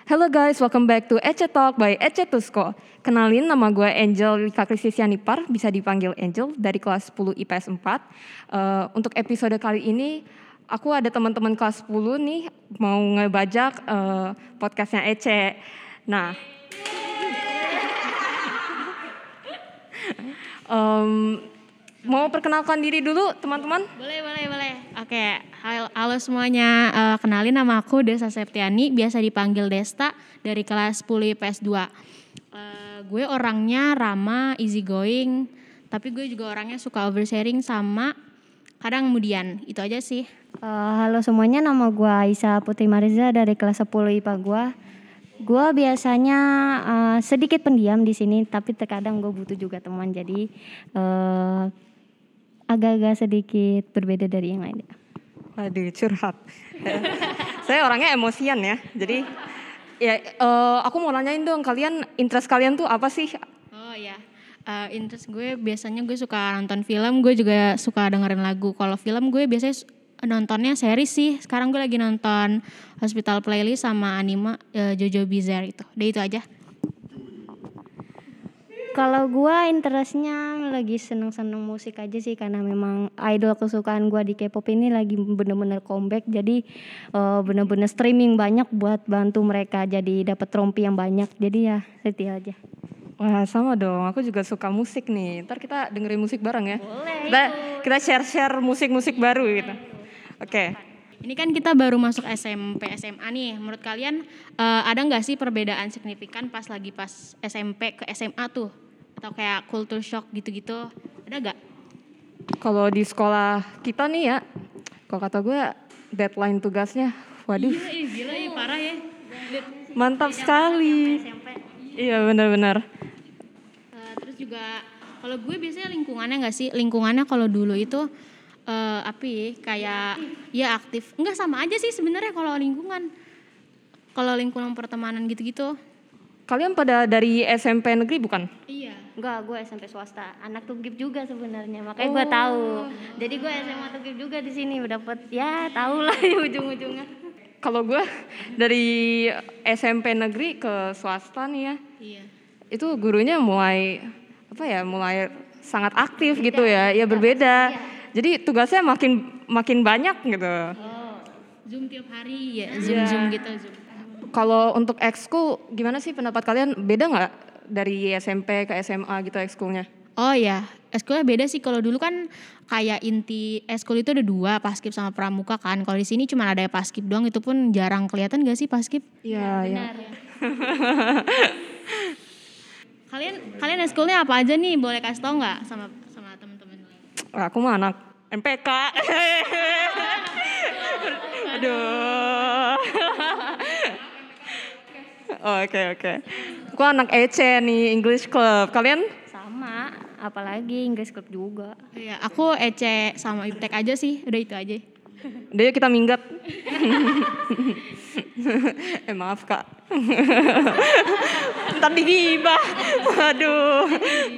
Hello guys, welcome back to Ece Talk by Ece Tusko. Kenalin, nama gue Angel Lika Kristisianipar, bisa dipanggil Angel, dari kelas 10 IPS 4. Untuk episode kali ini, aku ada teman-teman kelas 10 nih, mau ngebajak podcastnya Ece. Nah, mau perkenalkan diri dulu teman-teman? Boleh. Oke, halo semuanya. Kenalin, nama aku Desta Septiani, biasa dipanggil Desta, dari kelas 10 IPS 2. Gue orangnya ramah, easy going, tapi gue juga orangnya suka oversharing sama kadang kemudian. Itu aja sih. Halo semuanya, nama gue Aisyah Putri Mariza dari kelas 10 IPA gue. Gue biasanya sedikit pendiam di sini, tapi terkadang gue butuh juga teman, jadi agak-agak sedikit berbeda dari yang lain. Waduh, curhat. Saya orangnya emosian ya, jadi aku mau nanyain dong, kalian interest kalian tuh apa sih? Oh ya, interest gue biasanya gue suka nonton film, gue juga suka dengerin lagu. Kalau film gue biasanya nontonnya series sih. Sekarang gue lagi nonton Hospital Playlist sama anime Jojo Bizarre itu. Udah itu aja. Kalau gue interestnya lagi seneng-seneng musik aja sih, karena memang idol kesukaan gue di K-pop ini lagi bener-bener comeback. Jadi bener-bener streaming banyak buat bantu mereka jadi dapat rompi yang banyak. Jadi ya setia aja. Wah, sama dong, aku juga suka musik nih. Ntar kita dengerin musik bareng ya. Boleh. Kita share musik-musik baru gitu. Oke. Ini kan kita baru masuk SMP, SMA nih. Menurut kalian ada nggak sih perbedaan signifikan pas SMP ke SMA tuh? Atau kayak culture shock gitu-gitu? Ada nggak? Kalau di sekolah kita nih ya, kalau kata gue deadline tugasnya, waduh. Gila parah ya. Mantap sekali. Iya benar-benar. Terus juga kalau gue biasanya lingkungannya nggak sih? Lingkungannya kalau dulu itu kayak ya aktif. Enggak, sama aja sih sebenarnya kalau lingkungan. Kalau lingkungan pertemanan gitu-gitu. Kalian pada dari SMP negeri bukan? Iya. Enggak, gue SMP swasta. Anak Tugip juga sebenarnya, makanya gue tahu. Jadi gue SMA Tugip juga di sini, udah dapet ya tahu lah ya ujung-ujungnya. Kalau gue dari SMP negeri ke swasta nih ya. Iya. Itu gurunya mulai sangat aktif gitu ya. Ya berbeda. Iya. Jadi tugasnya makin banyak gitu. Oh, Zoom tiap hari ya, Zoom gitu. Kalau untuk ekskul gimana sih pendapat kalian? Beda nggak dari SMP ke SMA gitu ekskulnya? Oh ya, eskulnya beda sih. Kalau dulu kan kayak inti eskul itu ada 2, paskib sama pramuka kan. Kalau di sini cuma ada paskib doang, itu pun jarang kelihatan gak sih paskib? Iya, Benar. ya. Kalian eskulnya apa aja nih? Boleh kasih tau nggak sama teman-teman? Aku mah anak MPK. Aduh. Oke. Aku anak EC nih, English Club. Kalian? Sama, apalagi Inggris Club juga. Iya, aku EC sama IPTEK aja sih, udah itu aja. Udah yuk kita minggat. Maaf kak. Ntar digibah. Waduh.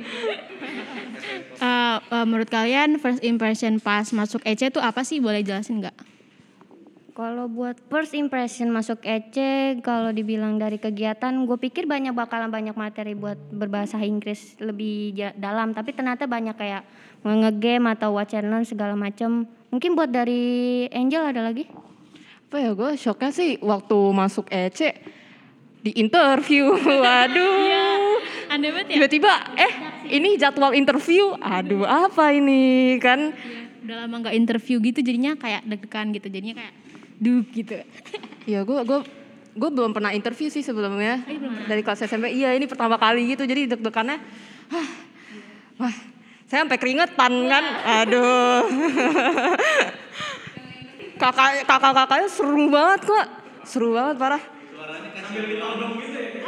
Menurut kalian first impression pas masuk EC tuh apa sih? Boleh jelasin nggak? Kalau buat first impression masuk EC, kalau dibilang dari kegiatan, gue pikir bakalan banyak materi buat berbahasa Inggris lebih dalam. Tapi ternyata banyak kayak nge-game atau watch and learn segala macam. Mungkin buat dari Angel ada lagi? Apa ya, gue shocknya sih waktu masuk EC di interview. Waduh. Iya, aneh banget ya. Tiba-tiba ini jadwal interview. Aduh, apa ini kan? Udah lama nggak interview gitu, jadinya kayak deg-degan gitu, jadinya kayak gitu. Ya gue belum pernah interview sih sebelumnya dari kelas SMP. Iya, ini pertama kali gitu, jadi deg-degannya. Wah, saya sampai keringetan kan. Aduh. Kakak-kakaknya seru banget kok. Seru banget parah. Suaranya kayak sambil ditodong gitu ya.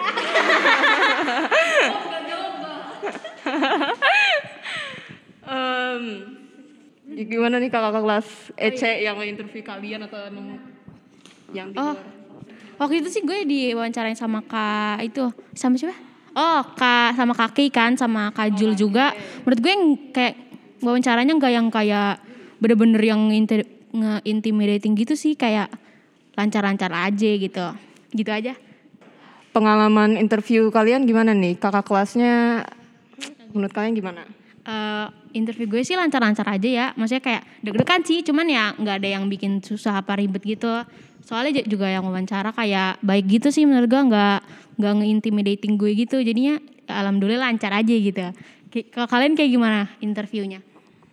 Gimana nih kakak kelas EC yang interview kalian atau yang di luar? Waktu itu sih gue diwawancarain sama Kak itu, sama siapa? Sama Kaki kan, sama Kak Jul juga. Menurut gue yang kayak wawancaranya nggak yang kayak bener-bener yang nge-intimidating gitu sih, kayak lancar-lancar aja gitu aja. pengalaman interview kalian gimana nih? Kakak kelasnya menurut kalian gimana? Interview gue sih lancar-lancar aja ya. Maksudnya kayak deg-degan sih, cuman ya nggak ada yang bikin susah apa ribet gitu. Soalnya juga yang wawancara kayak baik gitu sih menurut gue, nggak nge-intimidating gue gitu. Jadinya ya alhamdulillah lancar aja gitu. Kalau kalian kayak gimana interviewnya?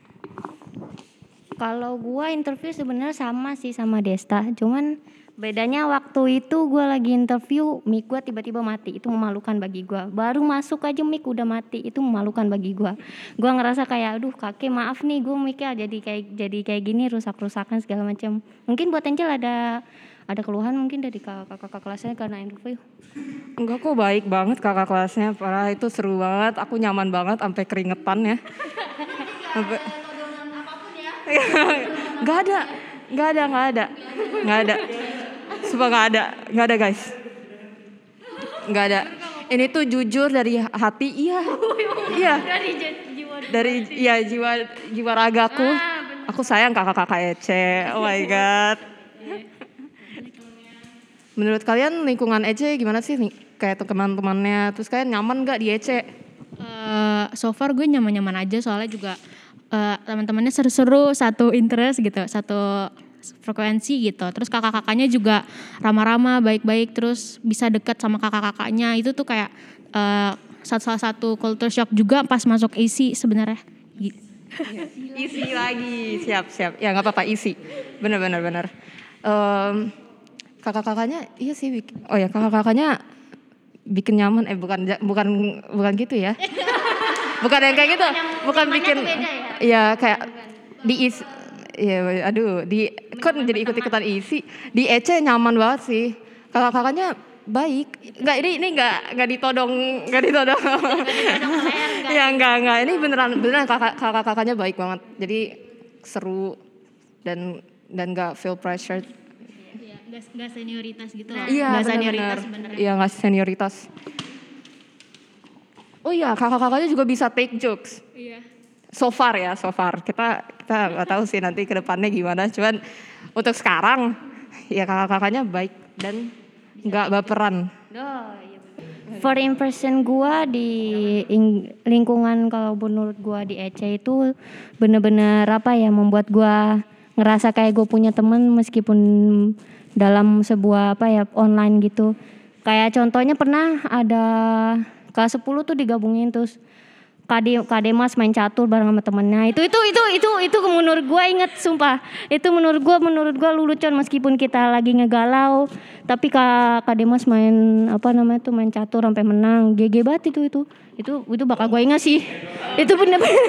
Kalau gua interview sebenarnya sama sih sama Desta, cuman bedanya waktu itu gua lagi interview mic gua tiba-tiba mati. Itu memalukan bagi gua. Baru masuk aja mic udah mati, itu memalukan bagi gua. Gua ngerasa kayak aduh kakek maaf nih, gua mic-nya jadi kayak gini, rusak-rusakan segala macam. Mungkin buat Angel ada keluhan mungkin dari kakak kelasnya karena interview. Enggak kok, baik banget kakak kelasnya. Parah, itu seru banget. Aku nyaman banget sampai keringetan ya. Sampai Nggak ada. Sumpah nggak ada guys. Nggak ada. Ini tuh jujur dari hati, iya. Dari jiwa ragaku. Aku sayang kakak-kakak Ece. Oh my god. Menurut kalian lingkungan Ece gimana sih? Kayak teman-temannya, terus kalian nyaman nggak di Ece? So far gue nyaman-nyaman aja, soalnya juga teman-temannya seru-seru, satu interest gitu, satu frekuensi gitu. Terus kakak-kakaknya juga ramah-ramah, baik-baik, terus bisa dekat sama kakak-kakaknya. Itu tuh kayak salah satu culture shock juga pas masuk ISI sebenarnya. Isi lagi, siap. Ya nggak apa-apa, isi. Bener. Kakak-kakaknya, iya sih. Oh ya, kakak-kakaknya bikin nyaman. Bukan gitu ya. Bukan yang kayak gitu. Bukan bikin. Ya kayak di isi. Ya, aduh, kan jadi ikut-ikutan isi. Di Ece nyaman banget sih. Kakak-kakaknya baik. Enggak, ini enggak ditodong. Ya enggak. Ini beneran kakak-kakaknya baik banget. Jadi seru dan enggak feel pressured. Iya, enggak senioritas gitu loh. Iya, enggak senioritas sebenarnya. Iya, enggak senioritas. Oh iya, kakak-kakaknya juga bisa take jokes. Iya. So far. Kita nggak tahu sih nanti ke depannya gimana. Cuman untuk sekarang ya kakak-kakaknya baik dan nggak baperan. For impression gua di lingkungan kalau menurut gua di Ece itu bener-bener membuat gua ngerasa kayak gue punya teman meskipun dalam sebuah online gitu. Kayak contohnya pernah ada kelas 10 tuh digabungin terus Kademas main catur bareng sama temennya. Itu menurut gue inget sumpah. Itu menurut gue lucu meskipun kita lagi ngegalau, tapi Kademas main main catur sampai menang. GG banget itu bakal gue ingat sih. Itu bener-bener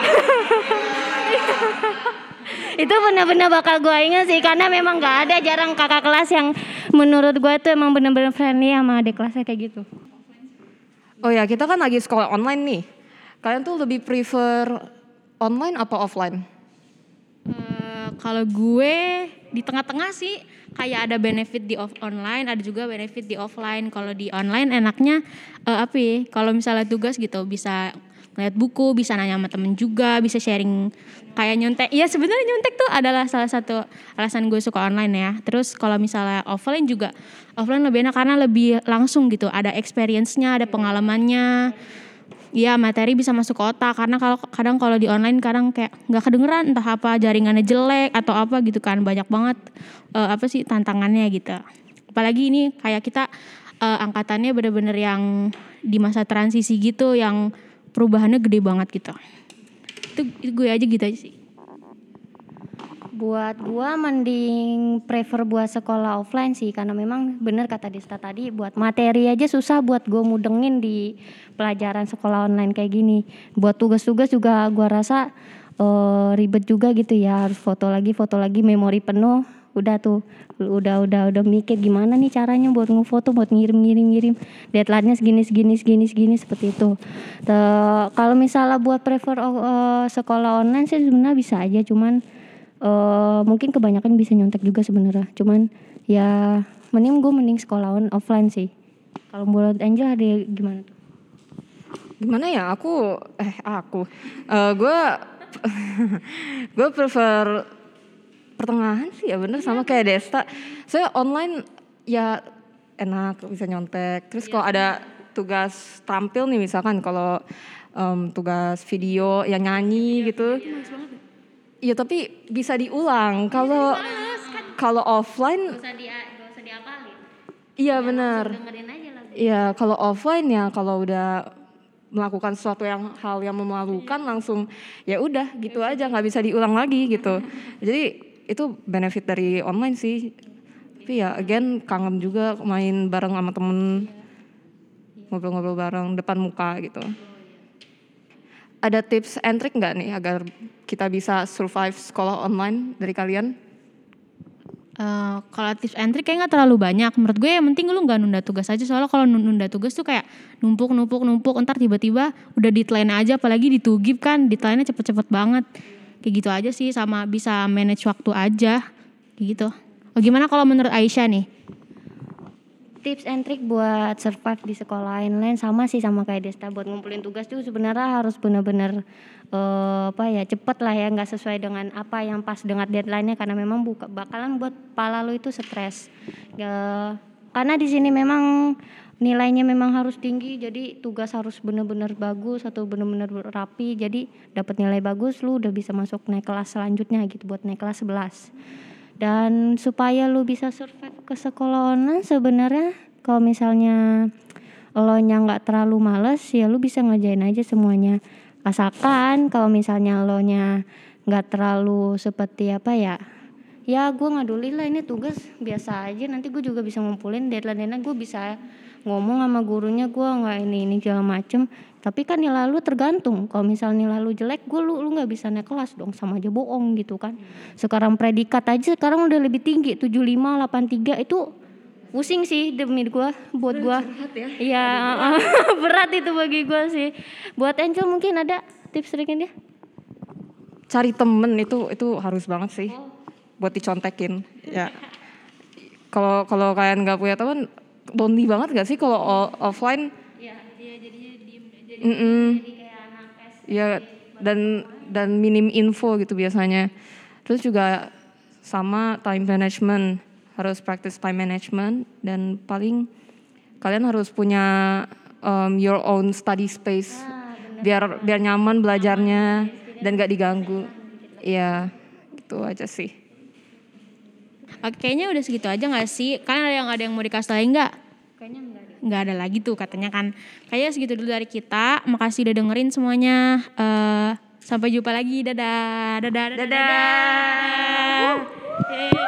itu benar-benar bakal gue ingat sih, karena memang gak ada, jarang kakak kelas yang menurut gue tuh emang benar-benar friendly sama adik kelasnya kayak gitu. Oh ya, kita kan lagi sekolah online nih. Kalian tuh lebih prefer online apa offline? Kalau gue di tengah-tengah sih, kayak ada benefit di online, ada juga benefit di offline. Kalau di online enaknya kalau misalnya tugas gitu bisa ngeliat buku, bisa nanya sama temen juga, bisa sharing kayak nyontek. Iya, sebenarnya nyontek tuh adalah salah satu alasan gue suka online ya. Terus kalau misalnya offline lebih enak karena lebih langsung gitu, ada experience-nya, ada pengalamannya. Iya, materi bisa masuk ke otak, karena kalau di online kadang kayak nggak kedengeran, entah apa jaringannya jelek atau apa gitu kan, banyak banget tantangannya gitu. Apalagi ini kayak kita angkatannya bener-bener yang di masa transisi gitu, yang perubahannya gede banget gitu. Itu gue aja gitu aja sih. Buat gue mending prefer buat sekolah offline sih, karena memang bener kata Desta tadi, buat materi aja susah buat gue mudengin di pelajaran sekolah online kayak gini. Buat tugas-tugas juga gue rasa ribet juga gitu ya, harus foto lagi memori penuh. Udah mikir gimana nih caranya buat ngefoto, buat ngirim deadline-nya segini seperti itu. Kalau misalnya buat prefer sekolah online sih sebenarnya bisa aja, cuman mungkin kebanyakan bisa nyontek juga sebenarnya. Cuman ya mending sekolah offline sih. Kalau menurut Angel ada gimana tuh? Gimana ya, gue prefer pertengahan sih ya, bener sama kayak Desta. Saya online ya enak, bisa nyontek. Terus kalau ada tugas tampil nih misalkan kalau tugas video yang nyanyi gitu. Iya tapi bisa diulang. Kalau offline Gak usah diapalin. iya benar. Dengerin aja lagu. Iya kalau offline ya kalau udah melakukan sesuatu hal yang memalukan langsung ya udah gitu aja, nggak bisa diulang lagi gitu. Jadi itu benefit dari online sih. Tapi ya again kangen juga main bareng sama temen, ngobrol-ngobrol bareng depan muka gitu. Ada tips and trick nggak nih agar kita bisa survive sekolah online dari kalian? Kalau tips and trick kayak nggak terlalu banyak. Menurut gue yang penting lu nggak nunda tugas aja. Soalnya kalau nunda tugas tuh kayak numpuk, ntar tiba-tiba udah deadline aja. Apalagi di Tugip kan deadline-nya cepet-cepet banget. Kayak gitu aja sih, sama bisa manage waktu aja. Kayak gitu. Oh, gimana kalau menurut Aisyah nih? Tips and trick buat survive di sekolah online sama sih sama kayak Desta, buat ngumpulin tugas tuh sebenarnya harus benar-benar cepet lah ya, nggak sesuai dengan apa yang pas dengan deadline-nya, karena memang bakalan buat kepala lu itu stres. Karena di sini memang nilainya memang harus tinggi, jadi tugas harus benar-benar bagus atau benar-benar rapi, jadi dapat nilai bagus lu udah bisa masuk naik kelas selanjutnya gitu, buat naik kelas 11. Dan supaya lu bisa survive ke sekolah online sebenarnya kalau misalnya lo nya nggak terlalu males ya lu bisa ngerjain aja semuanya. Asalkan kalau misalnya lo nya nggak terlalu seperti ya gue ngadulin lah ini tugas biasa aja, nanti gue juga bisa ngumpulin deadline gue bisa ngomong sama gurunya gue nggak ini segala macem. Tapi kan nilai lu tergantung, kalau misalnya nilai lu jelek lu nggak bisa naik kelas dong, sama aja bohong gitu kan. Sekarang predikat aja sekarang udah lebih tinggi 75, 83 itu pusing sih demi gue, buat gue. Iya berat itu bagi gue sih. Buat Angel mungkin ada tips triknya dia? Cari temen itu harus banget sih buat dicontekin ya. Kalau kalian nggak punya teman lonely banget gak sih kalau offline? Iya dia jadinya diem jadi kayak anak S. Ya dan minim info gitu biasanya. Terus juga sama time management, harus practice time management, dan paling kalian harus punya your own study space biar nyaman belajarnya dan gak diganggu. Iya gitu aja sih. Oke, kayaknya udah segitu aja nggak sih? Kan ada yang mau dikasih tahu nggak? Kayaknya enggak deh. Nggak ada lagi tuh katanya kan. Kayaknya segitu dulu dari kita. Makasih udah dengerin semuanya. Sampai jumpa lagi. Dadah. Dadah.